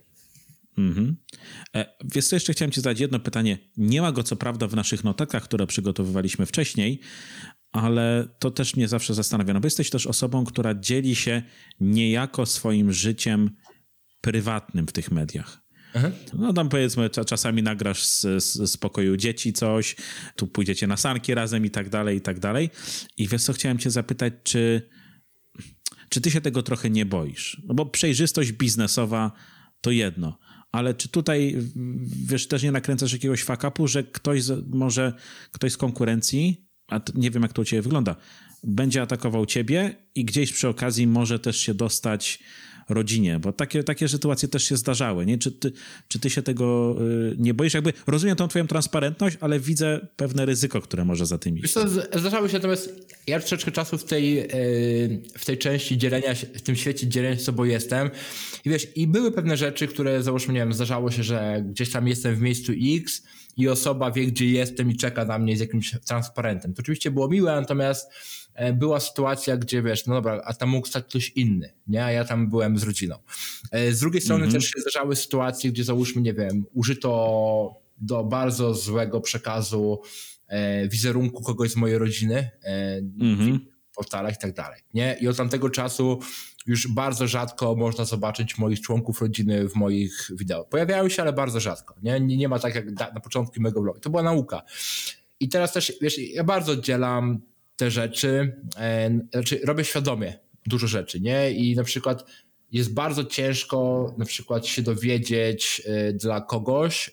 Wiesz co, jeszcze chciałem ci zadać jedno pytanie. Nie ma go co prawda w naszych notatkach, które przygotowywaliśmy wcześniej, ale to też mnie zawsze zastanawia, no bo jesteś też osobą, która dzieli się niejako swoim życiem prywatnym w tych mediach. No tam powiedzmy, czasami nagrasz z pokoju dzieci coś, tu pójdziecie na sanki razem i tak dalej, i tak dalej. I wiesz co, chciałem cię zapytać, czy ty się tego trochę nie boisz? No bo przejrzystość biznesowa to jedno, ale czy tutaj, wiesz, też nie nakręcasz jakiegoś fuck-upu, że ktoś z konkurencji, a nie wiem jak to u ciebie wygląda, będzie atakował ciebie i gdzieś przy okazji może też się dostać rodzinie, bo takie sytuacje też się zdarzały, nie? Czy ty się tego nie boisz? Jakby rozumiem tą twoją transparentność, ale widzę pewne ryzyko, które może za tym iść. Wiesz co, zdarzały się, natomiast ja troszeczkę czasu w tej części dzielenia się, w tym świecie dzielenia się sobą jestem i wiesz, i były pewne rzeczy, które załóżmy, nie wiem, zdarzało się, że gdzieś tam jestem w miejscu X i osoba wie, gdzie jestem i czeka na mnie z jakimś transparentem. To oczywiście było miłe, natomiast była sytuacja, gdzie wiesz, no dobra, a tam mógł stać ktoś inny, nie? A ja tam byłem z rodziną. Z drugiej strony też się zdarzały sytuacje, gdzie załóżmy, nie wiem, użyto do bardzo złego przekazu wizerunku kogoś z mojej rodziny w portalach i tak dalej, nie? I od tamtego czasu już bardzo rzadko można zobaczyć moich członków rodziny w moich wideo. Pojawiają się, ale bardzo rzadko, nie ma tak jak na początku mego blogu. To była nauka. I teraz też, wiesz, ja bardzo oddzielam te rzeczy, znaczy robię świadomie dużo rzeczy, nie? I na przykład jest bardzo ciężko na przykład się dowiedzieć dla kogoś,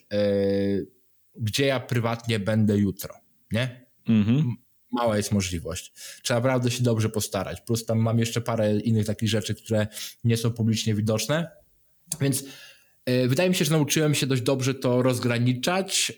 gdzie ja prywatnie będę jutro, nie? Mała jest możliwość. Trzeba naprawdę się dobrze postarać. Plus tam mam jeszcze parę innych takich rzeczy, które nie są publicznie widoczne. Więc wydaje mi się, że nauczyłem się dość dobrze to rozgraniczać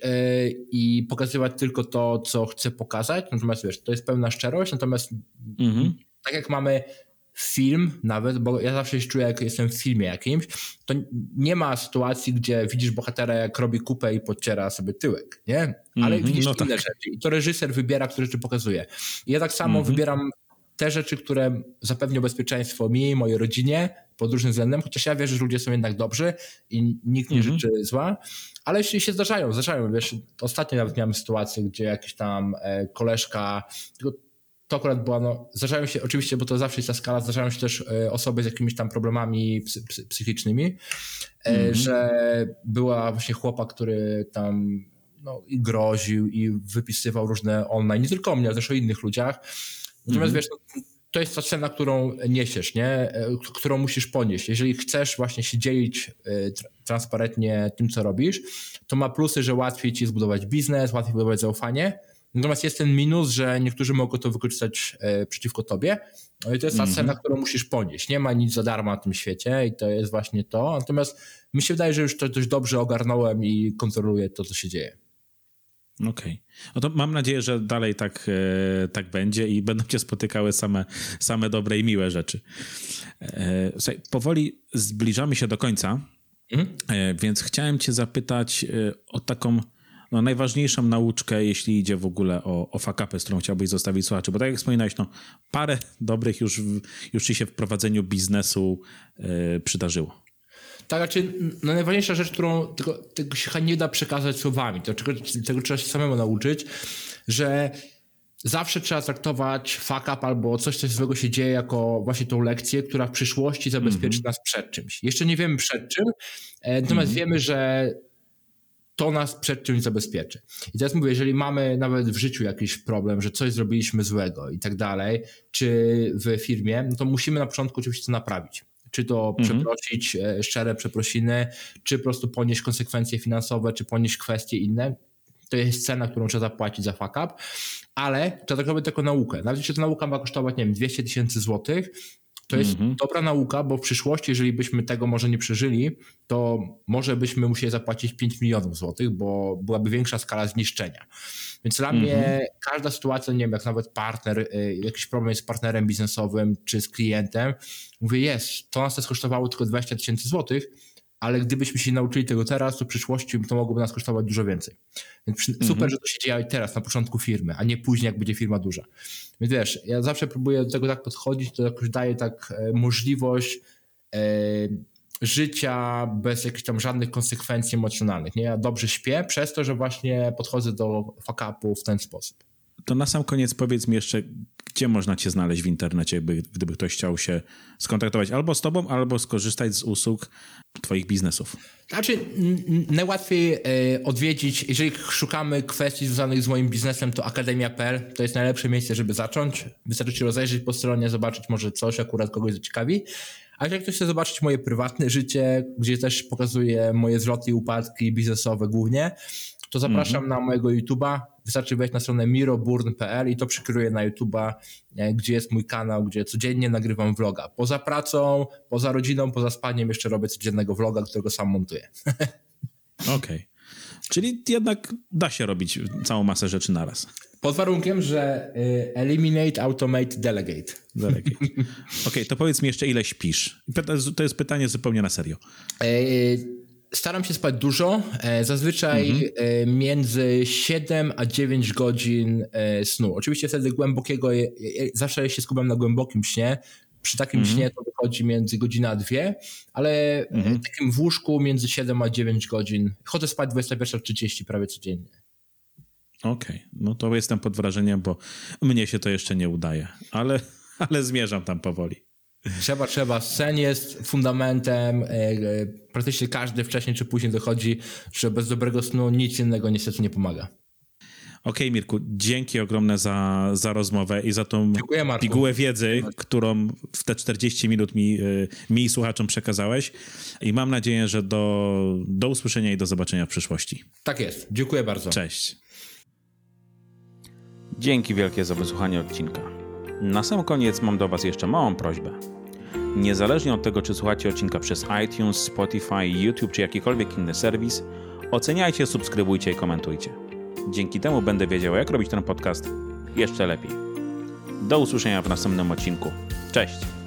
i pokazywać tylko to, co chcę pokazać. Natomiast wiesz, to jest pełna szczerość. Natomiast tak jak mamy film nawet, bo ja zawsze się czuję, jak jestem w filmie jakimś, to nie ma sytuacji, gdzie widzisz bohatera, jak robi kupę i podciera sobie tyłek, nie? Ale widzisz inne rzeczy i to reżyser wybiera, które rzeczy pokazuje. I ja tak samo wybieram te rzeczy, które zapewnią bezpieczeństwo mi, mojej rodzinie pod różnym względem, chociaż ja wierzę, że ludzie są jednak dobrzy i nikt nie życzy zła, ale jeśli się zdarzają, wiesz, ostatnio nawet miałem sytuację, gdzie jakiś tam koleżka, to akurat była, zdarzają się oczywiście, bo to zawsze jest ta skala, zdarzają się też osoby z jakimiś tam problemami psychicznymi, że była właśnie chłopak, który tam i groził i wypisywał różne online, nie tylko o mnie, ale też o innych ludziach. Natomiast wiesz, to jest ta cena, którą niesiesz, nie? Którą musisz ponieść. Jeżeli chcesz właśnie się dzielić transparentnie tym, co robisz, to ma plusy, że łatwiej ci zbudować biznes, łatwiej budować zaufanie. Natomiast jest ten minus, że niektórzy mogą to wykorzystać przeciwko tobie. No i to jest ta cena, którą musisz ponieść. Nie ma nic za darmo na tym świecie i to jest właśnie to. Natomiast mi się wydaje, że już to dość dobrze ogarnąłem i kontroluję to, co się dzieje. Okej. No to mam nadzieję, że dalej tak będzie i będą cię spotykały same dobre i miłe rzeczy. Słuchaj, powoli zbliżamy się do końca, więc chciałem cię zapytać o taką najważniejszą nauczkę, jeśli idzie w ogóle o fuck-upy, z którą chciałbyś zostawić słuchaczy, bo tak jak wspominałeś, parę dobrych już ci się w prowadzeniu biznesu przydarzyło. Tak, znaczy najważniejsza rzecz, którą tego się nie da przekazać słowami, tego trzeba się samemu nauczyć, że zawsze trzeba traktować fuck up albo coś złego się dzieje jako właśnie tą lekcję, która w przyszłości zabezpieczy nas przed czymś. Jeszcze nie wiemy przed czym, natomiast wiemy, że to nas przed czymś zabezpieczy. I teraz mówię, jeżeli mamy nawet w życiu jakiś problem, że coś zrobiliśmy złego i tak dalej, czy w firmie, no to musimy na początku oczywiście to naprawić. Czy to przeprosić, szczere przeprosiny, czy po prostu ponieść konsekwencje finansowe, czy ponieść kwestie inne. To jest cena, którą trzeba zapłacić za fuck up, ale trzeba tak robić taką naukę. Nawet jeśli ta nauka ma kosztować, 200 000 złotych, to jest dobra nauka, bo w przyszłości, jeżeli byśmy tego może nie przeżyli, to może byśmy musieli zapłacić 5 milionów złotych, bo byłaby większa skala zniszczenia. Więc dla mnie każda sytuacja, nie wiem, jak nawet partner, jakiś problem jest z partnerem biznesowym czy z klientem, mówię, to nas kosztowało tylko 20 000 złotych, ale gdybyśmy się nauczyli tego teraz, to w przyszłości to mogłoby nas kosztować dużo więcej. Więc super, że to się dzieje teraz, na początku firmy, a nie później, jak będzie firma duża. Więc wiesz, ja zawsze próbuję do tego tak podchodzić, to jakoś daje tak możliwość życia bez jakichś tam żadnych konsekwencji emocjonalnych. Nie? Ja dobrze śpię przez to, że właśnie podchodzę do fuck-upu w ten sposób. To na sam koniec powiedz mi jeszcze, gdzie można cię znaleźć w internecie, gdyby ktoś chciał się skontaktować albo z tobą, albo skorzystać z usług twoich biznesów. Znaczy, najłatwiej odwiedzić, jeżeli szukamy kwestii związanych z moim biznesem, to akademia.pl to jest najlepsze miejsce, żeby zacząć. Wystarczy się rozejrzeć po stronie, zobaczyć może coś, akurat kogoś zaciekawi. A jeżeli ktoś chce zobaczyć moje prywatne życie, gdzie też pokazuję moje wzloty i upadki biznesowe głównie, to zapraszam na mojego YouTube'a. Wystarczy wejść na stronę miroburn.pl i to przykieruję na YouTube'a, gdzie jest mój kanał, gdzie codziennie nagrywam vloga. Poza pracą, poza rodziną, poza spaniem jeszcze robię codziennego vloga, którego sam montuję. Okej. Czyli jednak da się robić całą masę rzeczy naraz. Pod warunkiem, że eliminate, automate, delegate. Okej, to powiedz mi jeszcze, ile śpisz? To jest pytanie zupełnie na serio. Staram się spać dużo, zazwyczaj między 7 a 9 godzin snu. Oczywiście wtedy głębokiego, zawsze się skupiam na głębokim śnie. Przy takim śnie to wychodzi między godzinę a 2, ale takim w łóżku między 7 a 9 godzin. Chodzę spać 21:30 prawie codziennie. Okej, no to jestem pod wrażeniem, bo mnie się to jeszcze nie udaje, ale zmierzam tam powoli. Trzeba. Sen jest fundamentem. Praktycznie każdy wcześniej czy później dochodzi, że bez dobrego snu nic innego niestety nie pomaga. Okej, Mirku, dzięki ogromne za rozmowę i za tą pigułę wiedzy, którą w te 40 minut mi i słuchaczom przekazałeś. I mam nadzieję, że do usłyszenia i do zobaczenia w przyszłości. Tak jest. Dziękuję bardzo. Cześć. Dzięki wielkie za wysłuchanie odcinka. Na sam koniec mam do Was jeszcze małą prośbę. Niezależnie od tego, czy słuchacie odcinka przez iTunes, Spotify, YouTube czy jakikolwiek inny serwis, oceniajcie, subskrybujcie i komentujcie. Dzięki temu będę wiedział, jak robić ten podcast jeszcze lepiej. Do usłyszenia w następnym odcinku. Cześć!